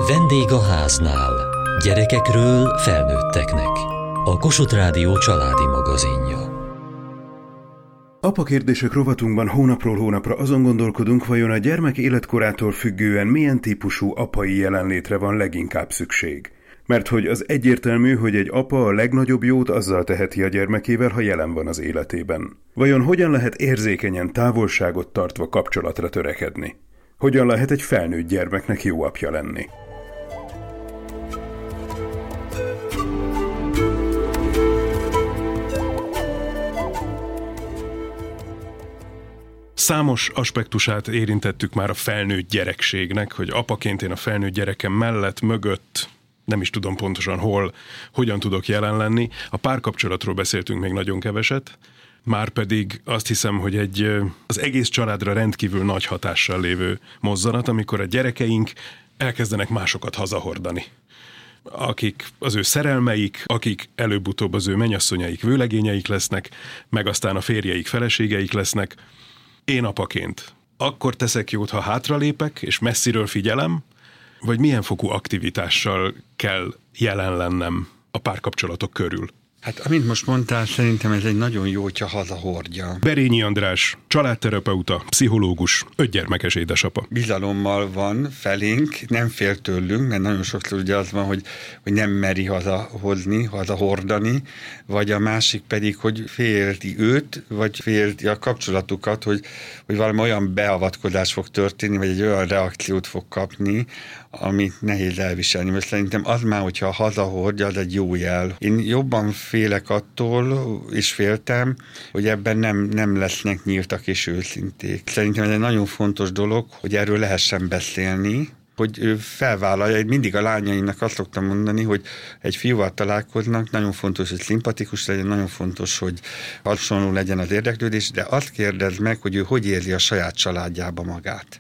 Vendég a háznál. Gyerekekről felnőtteknek. A Kossuth Rádió családi magazinja. Apa kérdések rovatunkban hónapról hónapra azon gondolkodunk, vajon a gyermek életkorától függően milyen típusú apai jelenlétre van leginkább szükség. Mert hogy az egyértelmű, hogy egy apa a legnagyobb jót azzal teheti a gyermekével, ha jelen van az életében. Vajon hogyan lehet érzékenyen távolságot tartva kapcsolatra törekedni? Hogyan lehet egy felnőtt gyermeknek jó apja lenni? Számos aspektusát érintettük már a felnőtt gyerekségnek, hogy apaként én a felnőtt gyerekem mellett, mögött, nem is tudom pontosan hol, hogyan tudok jelen lenni. A párkapcsolatról beszéltünk még nagyon keveset, márpedig azt hiszem, hogy az egész családra rendkívül nagy hatással lévő mozzanat, amikor a gyerekeink elkezdenek másokat hazahordani. Akik az ő szerelmeik, akik előbb-utóbb az ő mennyasszonyaik, vőlegényeik lesznek, meg aztán a férjeik, feleségeik lesznek. Én apaként akkor teszek jót, ha hátralépek, és messziről figyelem, vagy milyen fokú aktivitással kell jelen lennem a párkapcsolatok körül? Hát, amint most mondtál, szerintem ez egy nagyon jó, hogyha hazahordja. Berényi András, családterapeuta, pszichológus, 5 gyermekes édesapa. Bizalommal van felénk, nem fél tőlünk, mert nagyon sokszor ugye az van, hogy nem meri hazahozni, hazahordani, vagy a másik pedig, hogy félti őt, vagy félti a kapcsolatukat, hogy valami olyan beavatkozás fog történni, vagy egy olyan reakciót fog kapni, amit nehéz elviselni. Mert szerintem az már, hogyha hazahordja, az egy jó jel. Én jobban félek attól, és féltem, hogy ebben nem lesznek nyíltak és őszinték. Szerintem ez egy nagyon fontos dolog, hogy erről lehessen beszélni, hogy ő felvállalja. Én mindig a lányaimnak azt szoktam mondani, hogy egy fiúval találkoznak, nagyon fontos, hogy szimpatikus legyen, nagyon fontos, hogy hasonló legyen az érdeklődés, de azt kérdezd meg, hogy ő hogy érzi a saját családjába magát.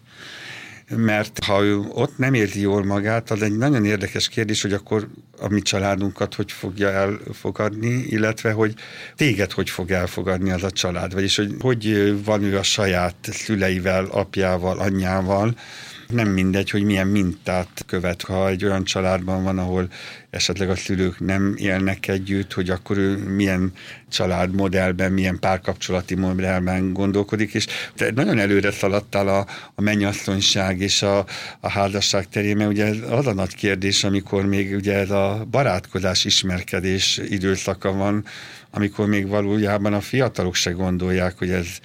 Mert ha ő ott nem érzi jól magát, az egy nagyon érdekes kérdés, hogy akkor a mi családunkat hogy fogja elfogadni, illetve hogy téged hogy fog elfogadni az a család, vagyis hogy van ő a saját szüleivel, apjával, anyjával. Nem mindegy, hogy milyen mintát követ. Ha egy olyan családban van, ahol esetleg a szülők nem élnek együtt, hogy akkor ő milyen családmodellben, milyen párkapcsolati modellben gondolkodik, és nagyon előre szaladtál a mennyasszonyság és a házasság terén, mert ugye az a nagy kérdés, amikor még ugye ez a barátkozás, ismerkedés időszaka van, amikor még valójában a fiatalok se gondolják, hogy ez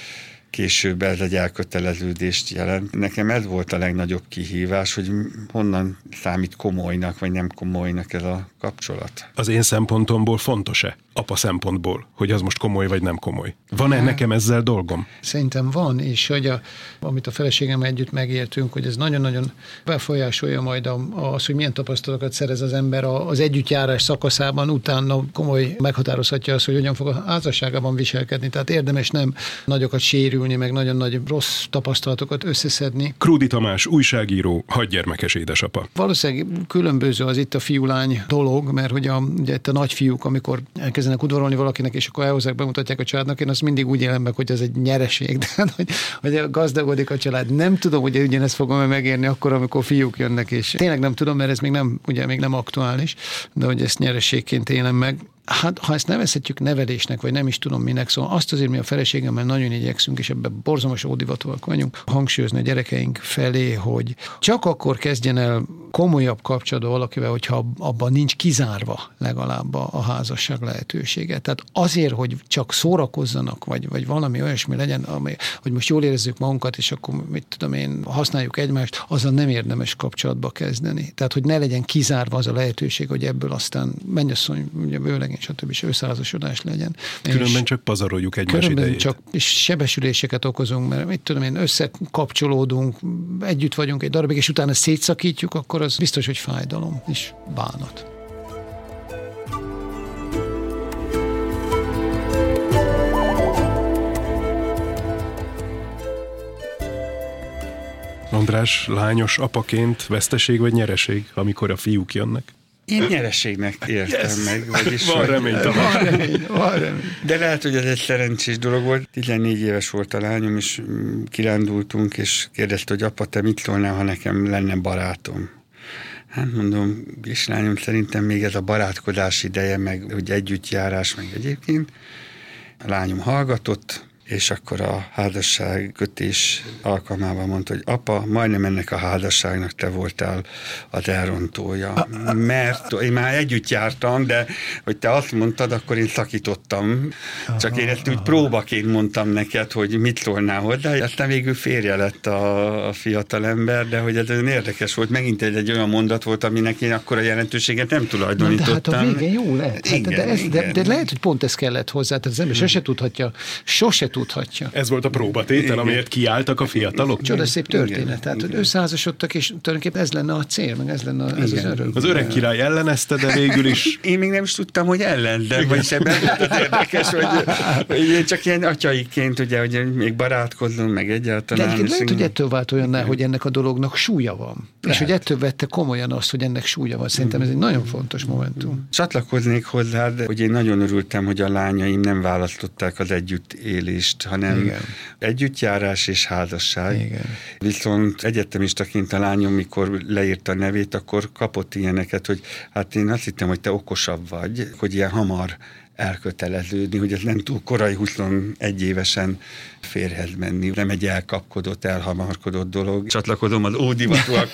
később ez egy elköteleződést jelent. Nekem ez volt a legnagyobb kihívás, hogy honnan számít komolynak, vagy nem komolynak ez a kapcsolat. Az én szempontomból fontos-e? Apa szempontból, hogy az most komoly, vagy nem komoly? Van-e nekem ezzel dolgom? Szerintem van, és hogy amit a feleségemmel együtt megértünk, hogy ez nagyon-nagyon befolyásolja majd az, hogy milyen tapasztalatokat szerez az ember az együttjárás szakaszában, utána komoly meghatározhatja azt, hogy hogyan fog a házasságában viselkedni. Tehát érdemes nem nagyokat sérülni, meg nagyon nagy rossz tapasztalatokat összeszedni. Krúdy Tamás, újságíró, 6 gyermekes édesapa. Valószínűleg különböző az itt a fiú-lány dolog, mert hogy ugye itt a nagyfiúk, amikor elkezdenek udvarolni valakinek, és akkor elhozzák, bemutatják a családnak, én azt mindig úgy élem meg, hogy ez egy nyereség, de hogy gazdagodik a család. Nem tudom, hogy ugyanezt fogom megérni akkor, amikor fiúk jönnek, és tényleg nem tudom, mert ez még nem aktuális, de hogy ezt nyereségként élem meg. Hát, ha ezt nevezhetjük nevelésnek, vagy nem is tudom minek, szóval azt azért mi a feleségemmel nagyon igyekszünk, és ebben borzalmas ódivatúak vagyunk, hangsúlyozni a gyerekeink felé, hogy csak akkor kezdjen el komolyabb kapcsolatban valakivel, hogyha abban nincs kizárva legalább a házasság lehetősége. Tehát azért, hogy csak szórakozzanak, vagy valami olyasmi legyen, hogy most jól érezzük magunkat, és akkor mit tudom én, használjuk egymást, azzal nem érdemes kapcsolatba kezdeni. Tehát, hogy ne legyen kizárva az a lehetőség, hogy ebből aztán mennyasszony, ugye vőlegény, stb. Összeházasodás legyen. Különben csak pazaroljuk egymás idejét. Csak és sebesüléseket okozunk, mert mit tudom én, összekapcsolódunk, együtt vagyunk egy darabig, és utána szétszakítjuk, akkor az biztos, hogy fájdalom és bánat. András, lányos apaként veszteség vagy nyereség, amikor a fiúk jönnek? Én nyereségnek értem meg. Vagyis van remény, van remény. De lehet, hogy ez egy szerencsés dolog volt. 14 éves volt a lányom, és kirándultunk, és kérdezte, hogy apa, te mit szólnál, ha nekem lenne barátom? Hát mondom, kislányom, szerintem még ez a barátkozás ideje, meg hogy együttjárás, meg egyébként. A lányom hallgatott, és akkor a házasságkötés alkalmával mondta, hogy apa, majdnem ennek a házasságnak te voltál az elrontója. Mert én már együtt jártam, de hogy te azt mondtad, akkor én szakítottam. Csak én ezt úgy próbaként mondtam neked, hogy mit szólnál hozzá. Aztán végül férje lett a fiatalember, de hogy ez nagyon érdekes volt. Megint egy olyan mondat volt, aminek én akkor a jelentőséget nem tulajdonítottam. De hát a végén jó lehet. Igen, de lehet, hogy pont ez kellett hozzá. Tehát az ember sose tudhatja. Ez volt a próbatétel, amiért kiálltak a fiatalok? Csodaszép történet. Tehát összeházasodtak, és tulajdonképpen ez lenne a cél, meg ez lenne ez az örök. Az öreg király ellenezte, de végül is... Én még nem is tudtam, hogy ellenzem, vagyis ebben az érdekes, hogy csak ilyen atyaiként, ugye, hogy még barátkozunk, meg egyáltalán. De lehet, hogy ettől vált olyanná, hogy ennek a dolognak súlya van. Lehet. És hogy ettől vette komolyan azt, hogy ennek súlya van. Szerintem ez egy nagyon fontos momentum. Csatlakoznék hozzád, hogy én nagyon örültem, hogy a lányaim nem választották az együttélést, hanem együttjárás és házasság. Igen. Viszont egyetemistaként a lányom, mikor leírta a nevét, akkor kapott ilyeneket, hogy hát én azt hittem, hogy te okosabb vagy, hogy ilyen hamar elköteleződni, hogy ez nem túl korai 21 évesen férhez menni. Nem egy elkapkodott, elhamarkodott dolog. Csatlakozom az ódivatúak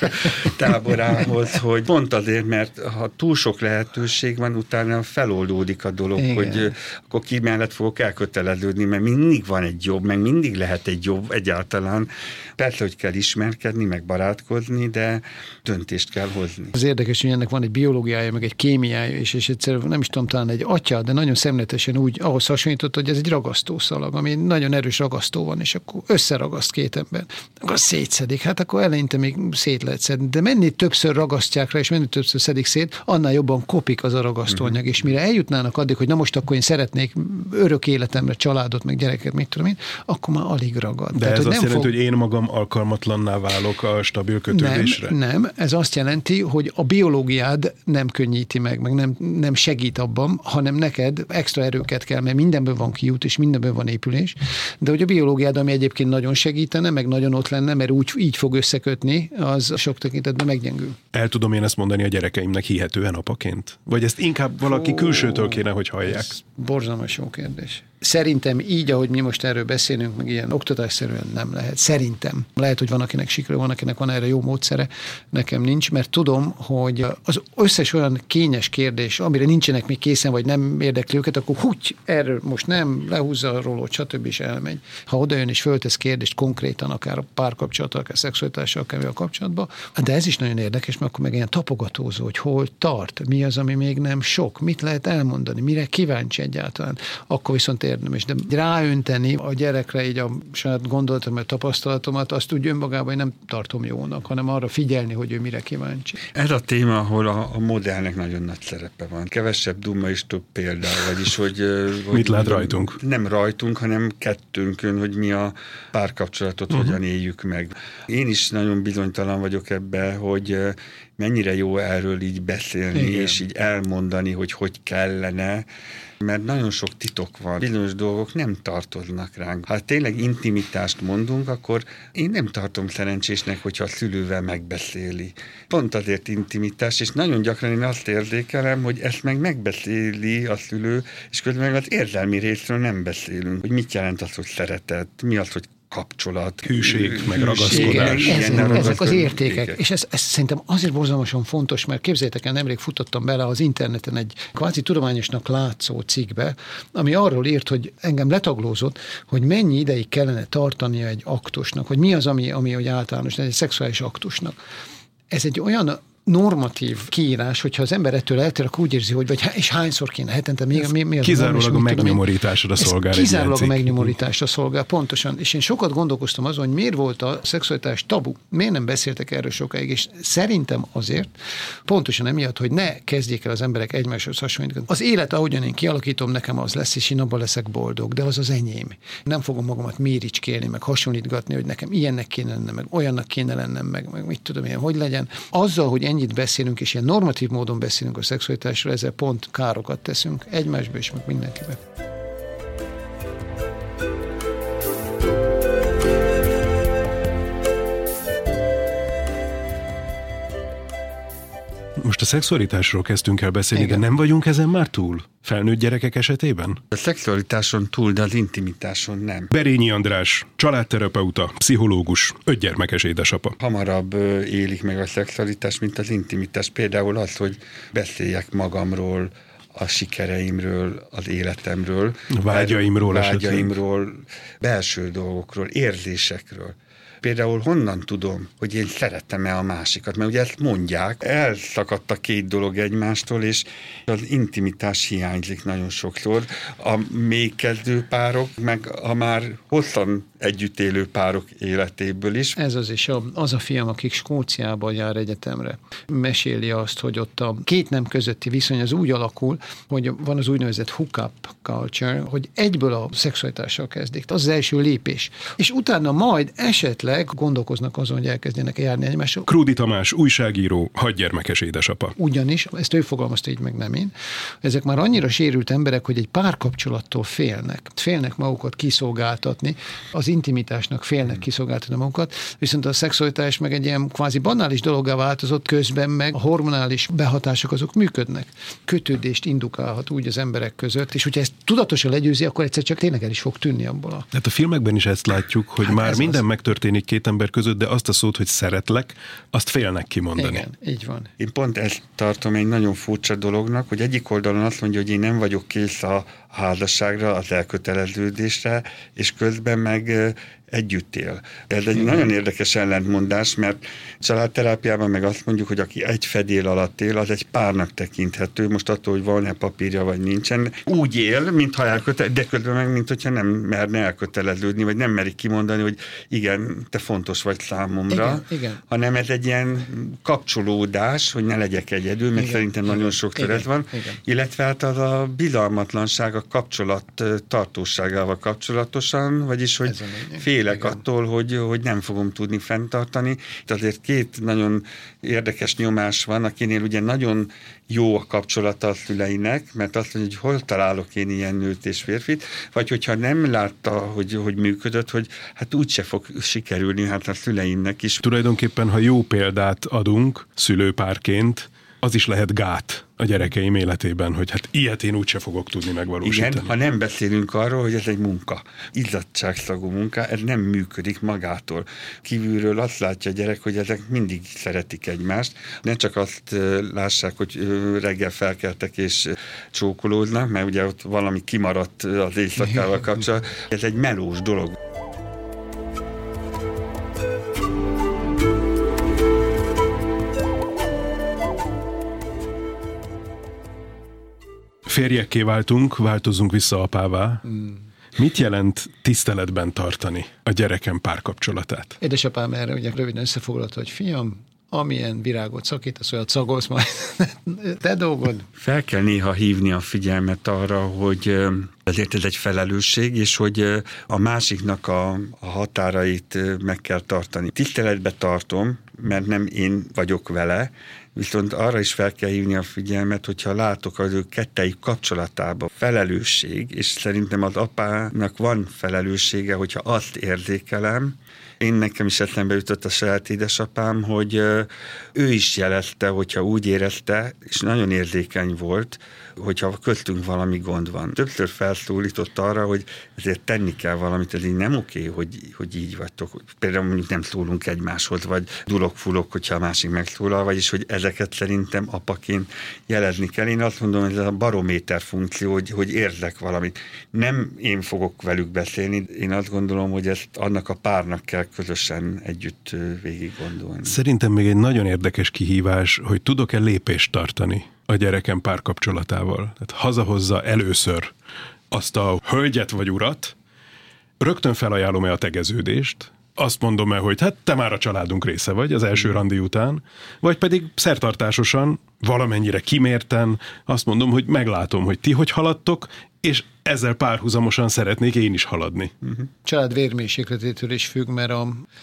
táborához, hogy pont azért, mert ha túl sok lehetőség van, utána feloldódik a dolog, igen, hogy akkor ki mellett fogok elköteleződni, mert mindig van egy jobb, meg mindig lehet egy jobb egyáltalán. Persze, hogy kell ismerkedni, meg barátkozni, de döntést kell hozni. Az érdekes, hogy ennek van egy biológiája, meg egy kémiája, és egyszerűen nem is tudom, talán egy atya, de nagyon szemletesen úgy ahhoz hasonlított, hogy ez egy ragasztószalag, ami nagyon erős ragasztó van, és akkor összeragaszt két ember. Akkor szétszedik, hát akkor eleinte még szét lehet szedni, de menni többször ragasztják rá, és menni többször szedik szét, annál jobban kopik az a ragasztóanyag, és mire eljutnának addig, hogy na most akkor én szeretnék örök életemre családot, meg gyereket, mit tudom én, akkor már alig ragad. De tehát, ez azt jelenti, hogy én magam alkalmatlanná válok a stabil kötődésre? Nem, ez azt jelenti, hogy a biológiád nem könnyíti meg nem segít abban, hanem neked extra erőket kell, mert mindenből van kiút, és mindenből van épülés, de hogy a biológiád, ami egyébként nagyon segítene, meg nagyon ott lenne, mert így fog összekötni, az sok tekintetben meggyengül. El tudom én ezt mondani a gyerekeimnek hihetően apaként? Vagy ezt inkább valaki külsőtől kéne, hogy hallják? Ez borzalmas jó kérdés. Szerintem így, ahogy mi most erről beszélünk, meg ilyen oktatásszerűen nem lehet. Szerintem. Lehet, hogy van, akinek sikerül, van, akinek van erre jó módszere, nekem nincs, mert tudom, hogy az összes olyan kényes kérdés, amire nincsenek még készen, vagy nem érdekli őket, akkor erről most nem, lehúzza a rólót, stb. És elmegy. Ha odajön és föltesz kérdést konkrétan, akár a párkapcsolattal, akár szexualitással, akár a kapcsolatban, de ez is nagyon érdekes, mert akkor meg ilyen tapogatózó, hogy hol tart, mi az, ami még nem sok, mit lehet elmondani, mire kíváncsi egyáltalán, akkor viszont érdemes. De ráönteni a gyerekre így a saját gondolatomat, tapasztalatomat, azt úgy önmagában nem tartom jónak, hanem arra figyelni, hogy ő mire kíváncsi. Ez a téma, ahol a modellnek nagyon nagy szerepe van. Kevesebb duma és több példa, vagyis, hogy mit lát rajtunk? Nem rajtunk, hanem kettőnkön, hogy mi a párkapcsolatot hogyan éljük meg. Én is nagyon bizonytalan vagyok ebbe, hogy mennyire jó erről így beszélni, igen, és így elmondani, hogy kellene, mert nagyon sok titok van. Bizonyos dolgok nem tartoznak ránk. Ha tényleg intimitást mondunk, akkor én nem tartom szerencsésnek, hogyha a szülővel megbeszéli. Pont azért intimitás, és nagyon gyakran én azt érzékelem, hogy ezt meg megbeszéli a szülő, és közben meg az érzelmi részről nem beszélünk. Hogy mit jelent az, hogy szeretet, mi az, hogy kapcsolat, hűség, meg ragaszkodás. Ezek az értékek. És ez szerintem azért borzalmasan fontos, mert képzeljétek el, nemrég futottam bele az interneten egy kvázi tudományosnak látszó cikkbe, ami arról írt, hogy engem letaglózott, hogy mennyi ideig kellene tartania egy aktusnak, hogy mi az, ami hogy általános, egy szexuális aktusnak. Ez egy olyan normatív kiírás, hogyha az ember ettől eltér, akkor úgy érzi, hogy és hányszor kéne hetente, mi az kizárólag a megnyomorításra szolgál. Kizárólag a megnyomorításra szolgál, pontosan. És én sokat gondolkoztam azon, hogy miért volt a szexualitás tabu, miért nem beszéltek erről sokáig, és szerintem azért, pontosan emiatt, hogy ne kezdjék el az emberek egymáshoz hasonlítani. Az élet, ahogyan én kialakítom, nekem az lesz, és én abban leszek boldog, de az enyém. Nem fogom magamat méricskélni, meg hasonlítgatni, hogy nekem ilyennek kéne lennem, meg olyannak kéne lennem, meg mit tudom én, hogy legyen. Azzal, hogy ennyit beszélünk, és ilyen normatív módon beszélünk a szexualitásról, ezzel pont károkat teszünk egymásba és meg mindenkibe. Most a szexualitásról kezdtünk el beszélni, Igen. de nem vagyunk ezen már túl? Felnőtt gyerekek esetében? A szexualitáson túl, de az intimitáson nem. Berényi András, családterapeuta, pszichológus, 5 gyermekes édesapa. Hamarabb élik meg a szexualitás, mint az intimitás. Például az, hogy beszéljek magamról, a sikereimről, az életemről, vágyaimról, belső dolgokról, érzésekről. Például honnan tudom, hogy én szeretem-e a másikat? Mert ugye ezt mondják, elszakadt a két dolog egymástól, és az intimitás hiányzik nagyon sokszor. A még kezdő párok, meg a már hosszan együtt élő párok életéből is. Ez az a fiam, akik Skóciában jár egyetemre, meséli azt, hogy ott a két nem közötti viszony az úgy alakul, hogy van az úgynevezett hookup culture, hogy egyből a szexualitással kezdik. Az első lépés. És utána majd esetleg gondolkoznak azon, hogy elkezdjenek járni egymással. Krúdi Tamás, újságíró, 6 gyermekes édesapa. Ugyanis, ezt ő fogalmazta így, meg nem én, ezek már annyira sérült emberek, hogy egy párkapcsolattól félnek. Félnek magukat kiszolgáltatni, az intimitásnak félnek kiszolgáltatni magukat, viszont a szexualitás meg egy ilyen kvázi banális dologgá változott, közben meg a hormonális behatások azok működnek. Kötődést indukálhat úgy az emberek között, és hogyha ezt tudatosan legyőzi, akkor egyszer csak tényleg el is fog tűnni abból. Hát a filmekben is ezt látjuk, hogy már minden megtörténik két ember között, de azt a szót, hogy szeretlek, azt félnek kimondani. Igen, így van. Én pont ezt tartom egy nagyon furcsa dolognak, hogy egyik oldalon azt mondja, hogy én nem vagyok kész a házasságra, az elköteleződésre, és közben meg együtt él. Ez egy nagyon érdekes ellentmondás, mert családterápiában meg azt mondjuk, hogy aki egy fedél alatt él, az egy párnak tekinthető, most attól, hogy van-e papírja, vagy nincsen. Úgy él, mintha de közben meg, mint hogyha nem merne elköteleződni, vagy nem merik kimondani, hogy igen, te fontos vagy számomra, igen. hanem ez egy ilyen kapcsolódás, hogy ne legyek egyedül, mert szerintem nagyon sokszor ez van, illetve hát az a bizalmatlanság a kapcsolat tartóságával kapcsolatosan, vagyis, hogy félek attól, hogy nem fogom tudni fenntartani. Itt azért két nagyon érdekes nyomás van, akinél ugye nagyon jó a kapcsolata a szüleinek, mert azt mondja, hogy hol találok én ilyen nőt és férfit, vagy hogyha nem látta, hogy működött, hogy hát úgyse fog sikerülni hát a szüleimnek is. Tulajdonképpen, ha jó példát adunk szülőpárként, az is lehet gát a gyerekeim életében, hogy hát ilyet én úgyse fogok tudni megvalósítani. Igen, ha nem beszélünk arról, hogy ez egy munka, izzadságszagú munka, ez nem működik magától. Kívülről azt látja a gyerek, hogy ezek mindig szeretik egymást. Ne csak azt lássák, hogy reggel felkeltek és csókolódnak, mert ugye ott valami kimaradt az éjszakával kapcsolatban. Ez egy melós dolog. Férjekké változunk vissza apává. Mit jelent tiszteletben tartani a gyerekem párkapcsolatát? Édesapám erre ugye röviden összefoglalta, hogy fiam, amilyen virágot szakítasz, olyat szagolsz majd. Te dolgod. Fel kell néha hívni a figyelmet arra, hogy ezért ez egy felelősség, és hogy a másiknak a határait meg kell tartani. Tiszteletbe tartom, mert nem én vagyok vele, viszont arra is fel kell hívni a figyelmet, hogyha látok az ő kettejük kapcsolatában felelősség, és szerintem az apának van felelőssége, hogyha azt érzékelem. Én nekem is eszembe jutott a saját édesapám, hogy ő is jelezte, hogyha úgy érezte, és nagyon érzékeny volt, hogyha köztünk valami gond van. Többször felszólított arra, hogy ezért tenni kell valamit, ez így nem oké, hogy így vagytok. Például mondjuk nem szólunk egymáshoz, vagy dulok-fulok, hogyha a másik megszólal, vagyis hogy ezeket szerintem apaként jelezni kell. Én azt mondom, hogy ez a barométer funkció, hogy érzek valamit. Nem én fogok velük beszélni, én azt gondolom, hogy ezt annak a párnak kell közösen együtt végig gondolni. Szerintem még egy nagyon érdekes kihívás, hogy tudok-e lépést tartani a gyerekem párkapcsolatával. Tehát hazahozza először azt a hölgyet vagy urat, rögtön felajánlom-e a tegeződést, azt mondom-e, hogy hát te már a családunk része vagy az első randi után, vagy pedig szertartásosan, valamennyire kimérten azt mondom, hogy meglátom, hogy ti hogy haladtok, és ezzel párhuzamosan szeretnék én is haladni. Család vérmélységletétől is függ, mert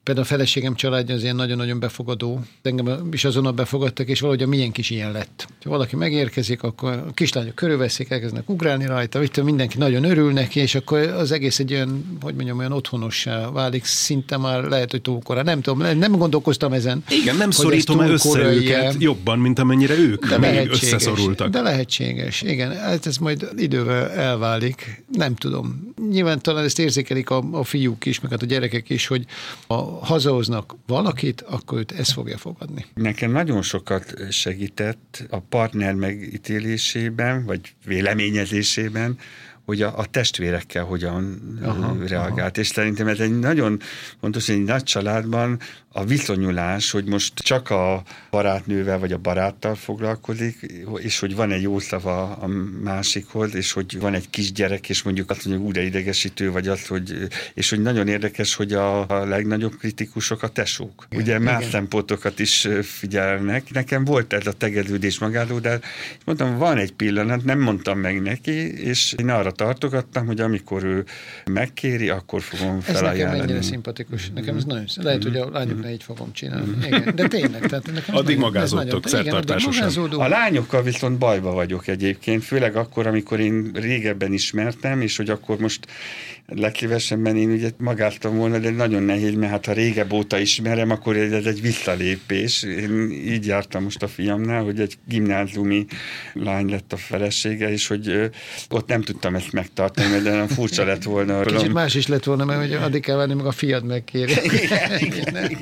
Például a feleségem családja az ilyen nagyon-nagyon befogadó. Engem is azonnal befogadtak, és valahogy a miénk is ilyen lett. Ha valaki megérkezik, akkor a kislányok körülveszik, elkezdenek ugrálni rajta, mindenki nagyon örül neki, és akkor az egész egy olyan, hogy mondjam, olyan otthonossá válik, szinte már lehet, hogy túl korán. Nem tudom, nem gondolkoztam ezen. Igen, nem szorítom össze őket jobban, mint amennyire ők még összeszorultak. De lehetséges, igen. Hát ez majd idővel elválik. Nem tudom. Nyilván talán ezt érzékelik a fiúk is, meg hát a gyerekek is, hogy ha hazahoznak valakit, akkor őt ezt fogja fogadni. Nekem nagyon sokat segített a partner megítélésében, vagy véleményezésében, hogy a testvérekkel hogyan reagált. És szerintem ez egy nagyon fontos, egy nagy családban a viszonyulás, hogy most csak a barátnővel vagy a baráttal foglalkozik, és hogy van egy jó szava a másikhoz, és hogy van egy kisgyerek, és mondjuk azt mondjuk úgy idegesítő, vagy az, hogy, és hogy nagyon érdekes, hogy a legnagyobb kritikusok a tesók. Ugye más szempontokat is figyelnek. Nekem volt ez a tegeződés magától, de mondtam, van egy pillanat, nem mondtam meg neki, és én arra tartogattam, hogy amikor ő megkéri, akkor fogom felajánlani. Ez nekem mennyire szimpatikus. Nekem ez nagyon lehet, hogy a lányoknál így fogom csinálni. Igen, de tényleg. Tehát nekem addig magázottok szertartásosan. A lányokkal viszont bajba vagyok egyébként, főleg akkor, amikor én régebben ismertem, és hogy akkor most legszívesebben én ugye magáztam volna, de nagyon nehéz, mert hát ha régebb óta ismerem, akkor ez egy visszalépés. Én így jártam most a fiamnál, hogy egy gimnáziumi lány lett a felesége, és hogy ott nem tudtam ezt megtartani, de nem furcsa lett volna. Kicsit más is lett volna, mert hogy addig kell venni, meg a fiad megkéri. Igen.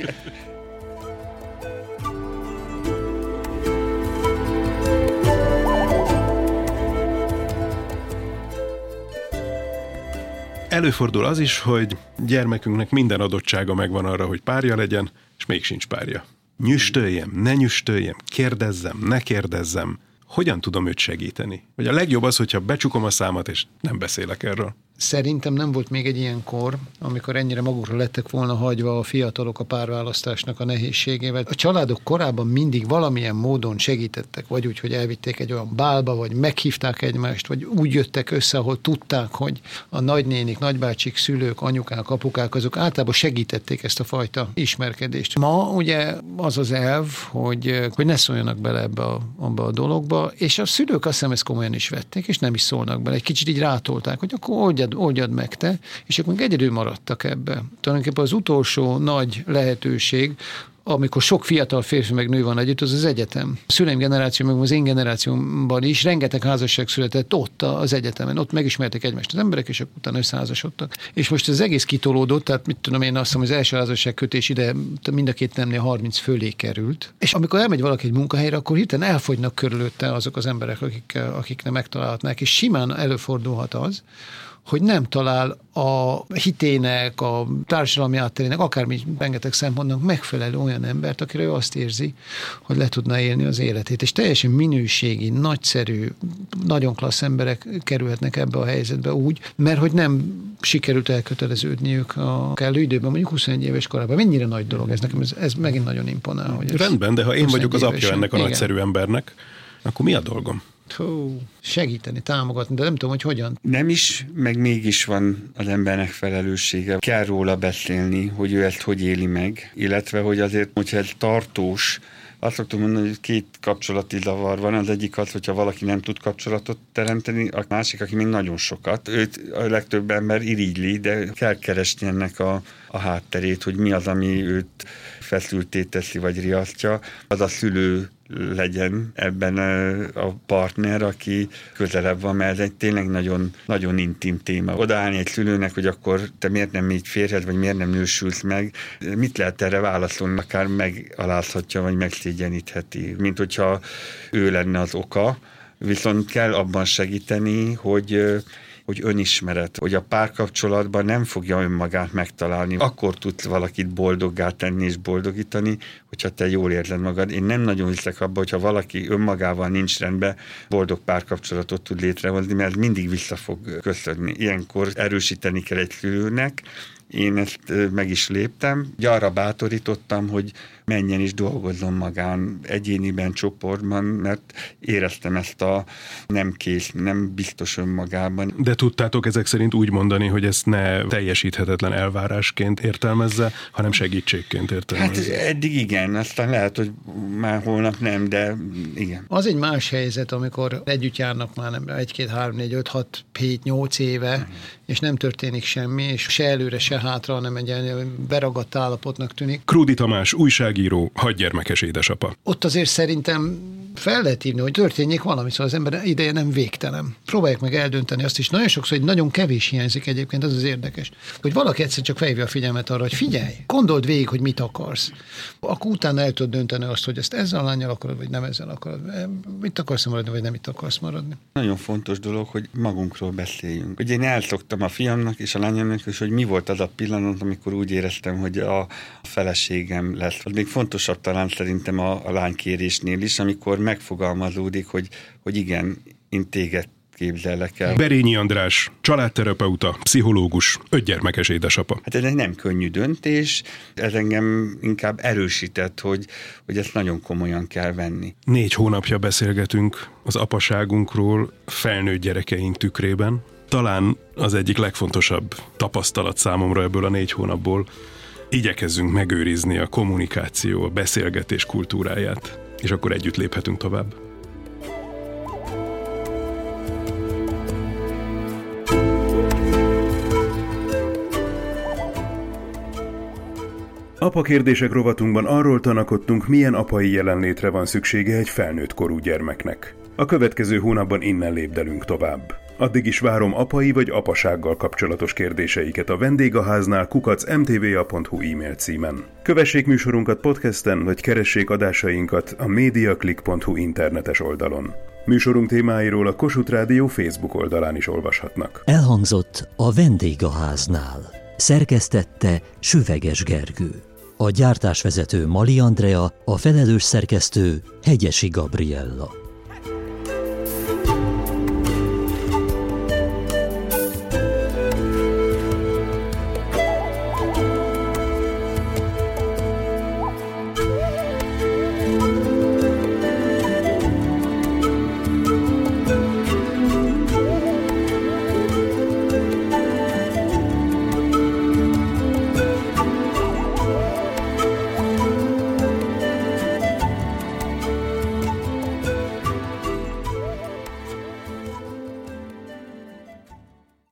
Előfordul az is, hogy gyermekünknek minden adottsága megvan arra, hogy párja legyen, és még sincs párja. Nyüstöljem, ne nyüstöljem, kérdezzem, ne kérdezzem. Hogyan tudom őt segíteni? Vagy a legjobb az, hogyha becsukom a számat, és nem beszélek erről. Szerintem nem volt még egy ilyen kor, amikor ennyire magukra lettek volna hagyva a fiatalok a párválasztásnak a nehézségével. A családok korábban mindig valamilyen módon segítettek, vagy úgy, hogy elvitték egy olyan bálba, vagy meghívták egymást, vagy úgy jöttek össze, ahol tudták, hogy a nagynénik, nagybácsik, szülők, anyukák, apukák, azok általában segítették ezt a fajta ismerkedést. Ma ugye az az elv, hogy ne szóljanak bele abba a dologba, és a szülők azt hiszem ezt komolyan is vették, és nem is szólnak bele. Egy kicsit így rátolták, hogy akkor oldjad meg te, és akkor egyedül maradtak ebbe. Tulajdonképpen az utolsó nagy lehetőség, amikor sok fiatal férfi meg nő van együtt, az egyetem. A szüleim generáció, meg az én generációmban is rengeteg házasság született ott az egyetemen. Ott megismertek egymást az emberek, és akkor utána összeházasodtak. És most az egész kitolódott, tehát mit tudom én, azt hiszem, az első házasságkötés ide mind a két nemnél 30 fölé került. És amikor elmegy valaki egy munkahelyre, akkor hirtelen elfogynak körülötte azok az emberek, akiknek megtalálhatnák, és simán előfordulhat az, hogy nem talál a hitének, a társadalmi átterének, akármi rengeteg szempontnak megfelelő olyan embert, akire ő azt érzi, hogy le tudna élni az életét. És teljesen minőségi, nagyszerű, nagyon klassz emberek kerülhetnek ebbe a helyzetbe úgy, mert hogy nem sikerült elköteleződniük a kellő időben, mondjuk 21 éves korában. Mennyire nagy dolog ez nekem, ez megint nagyon imponál. Hogy rendben, de ha én vagyok az apja ennek a nagyszerű embernek, akkor mi a dolgom? Segíteni, támogatni, de nem tudom, hogy hogyan. Nem is, meg mégis van az embernek felelőssége. Kell róla beszélni, hogy ő ezt hogy éli meg, illetve, hogy azért, hogyha ez tartós, azt szoktam mondani, hogy két kapcsolati zavar van. Az egyik az, hogyha valaki nem tud kapcsolatot teremteni, a másik, aki még nagyon sokat. Őt a legtöbb ember irigyli, de kell keresni ennek a hátterét, hogy mi az, ami őt feszülté teszi, vagy riasztja. Az a szülő legyen ebben a partner, aki közelebb van, mert ez egy tényleg nagyon, nagyon intim téma. Odaállni egy szülőnek, hogy akkor te miért nem így férhed, vagy miért nem nősülsz meg, mit lehet erre válaszolni, akár megalázhatja, vagy megszégyenítheti, mint hogyha ő lenne az oka, viszont kell abban segíteni, hogy önismeret, hogy a párkapcsolatban nem fogja önmagát megtalálni. Akkor tudsz valakit boldoggá tenni és boldogítani, hogyha te jól érzed magad. Én nem nagyon hiszek abba, hogyha valaki önmagával nincs rendben, boldog párkapcsolatot tud létrehozni, mert mindig vissza fog köszönni. Ilyenkor erősíteni kell egy szülőnek, én ezt meg is léptem. Arra bátorítottam, hogy menjen is dolgozzon magán, egyéniben, csoportban, mert éreztem ezt a nem kész, nem biztos önmagában. De tudtátok ezek szerint úgy mondani, hogy ezt ne teljesíthetetlen elvárásként értelmezze, hanem segítségként értelmezze? Hát eddig igen, aztán lehet, hogy már holnap nem, de igen. Az egy más helyzet, amikor együtt járnak már 1, 2, 3, 4, 5, 6, 7, 8 éve, és nem történik semmi, és se előre, se hátra, hanem egy beragadt állapotnak tűnik. Krúdy Tamás, újságíró, 6 gyermekes édesapa. Ott azért szerintem fel lehet hívni, hogy történjék valami, szóval az ember ideje nem végtelen. Próbálják meg eldönteni azt is. Nagyon sokszor, hogy nagyon kevés hiányzik egyébként, az érdekes. Hogy valaki egyszer csak felhívja a figyelmet arra, hogy figyelj, gondold végig, hogy mit akarsz. Akkor utána el tudod dönteni azt, hogy ezt ezzel a lánnyal akarod, vagy nem ezzel akarod. Mit akarsz maradni, vagy nem itt akarsz maradni. Nagyon fontos dolog, hogy magunkról beszéljünk. Ugye én elszoktam a fiamnak és a lányomnak is, hogy mi volt az a pillanat, amikor úgy éreztem, hogy a feleségem lesz. Az még fontosabb talán szerintem a lánykérésnél is, amikor megfogalmazódik, hogy igen, én téged képzellek el. Berényi András, családterapeuta, pszichológus, 5 gyermekes édesapa. Hát ez egy nem könnyű döntés, ez engem inkább erősített, hogy ezt nagyon komolyan kell venni. 4 hónapja beszélgetünk az apaságunkról felnőtt gyerekeink tükrében. Talán az egyik legfontosabb tapasztalat számomra ebből a 4 hónapból. Igyekezzünk megőrizni a kommunikáció, a beszélgetés kultúráját, és akkor együtt léphetünk tovább. Apa kérdések rovatunkban arról tanakodtunk, milyen apai jelenlétre van szüksége egy felnőtt korú gyermeknek. A következő hónapban innen lépdelünk tovább. Addig is várom apai vagy apasággal kapcsolatos kérdéseiket a vendégháznál @mtva.hu e-mail címen. Kövessék műsorunkat podcasten, vagy keressék adásainkat a mediaclick.hu internetes oldalon. Műsorunk témáiról a Kossuth Rádió Facebook oldalán is olvashatnak. Elhangzott a vendégháznál. Szerkesztette Süveges Gergő. A gyártásvezető Mali Andrea, a felelős szerkesztő Hegyesi Gabriella.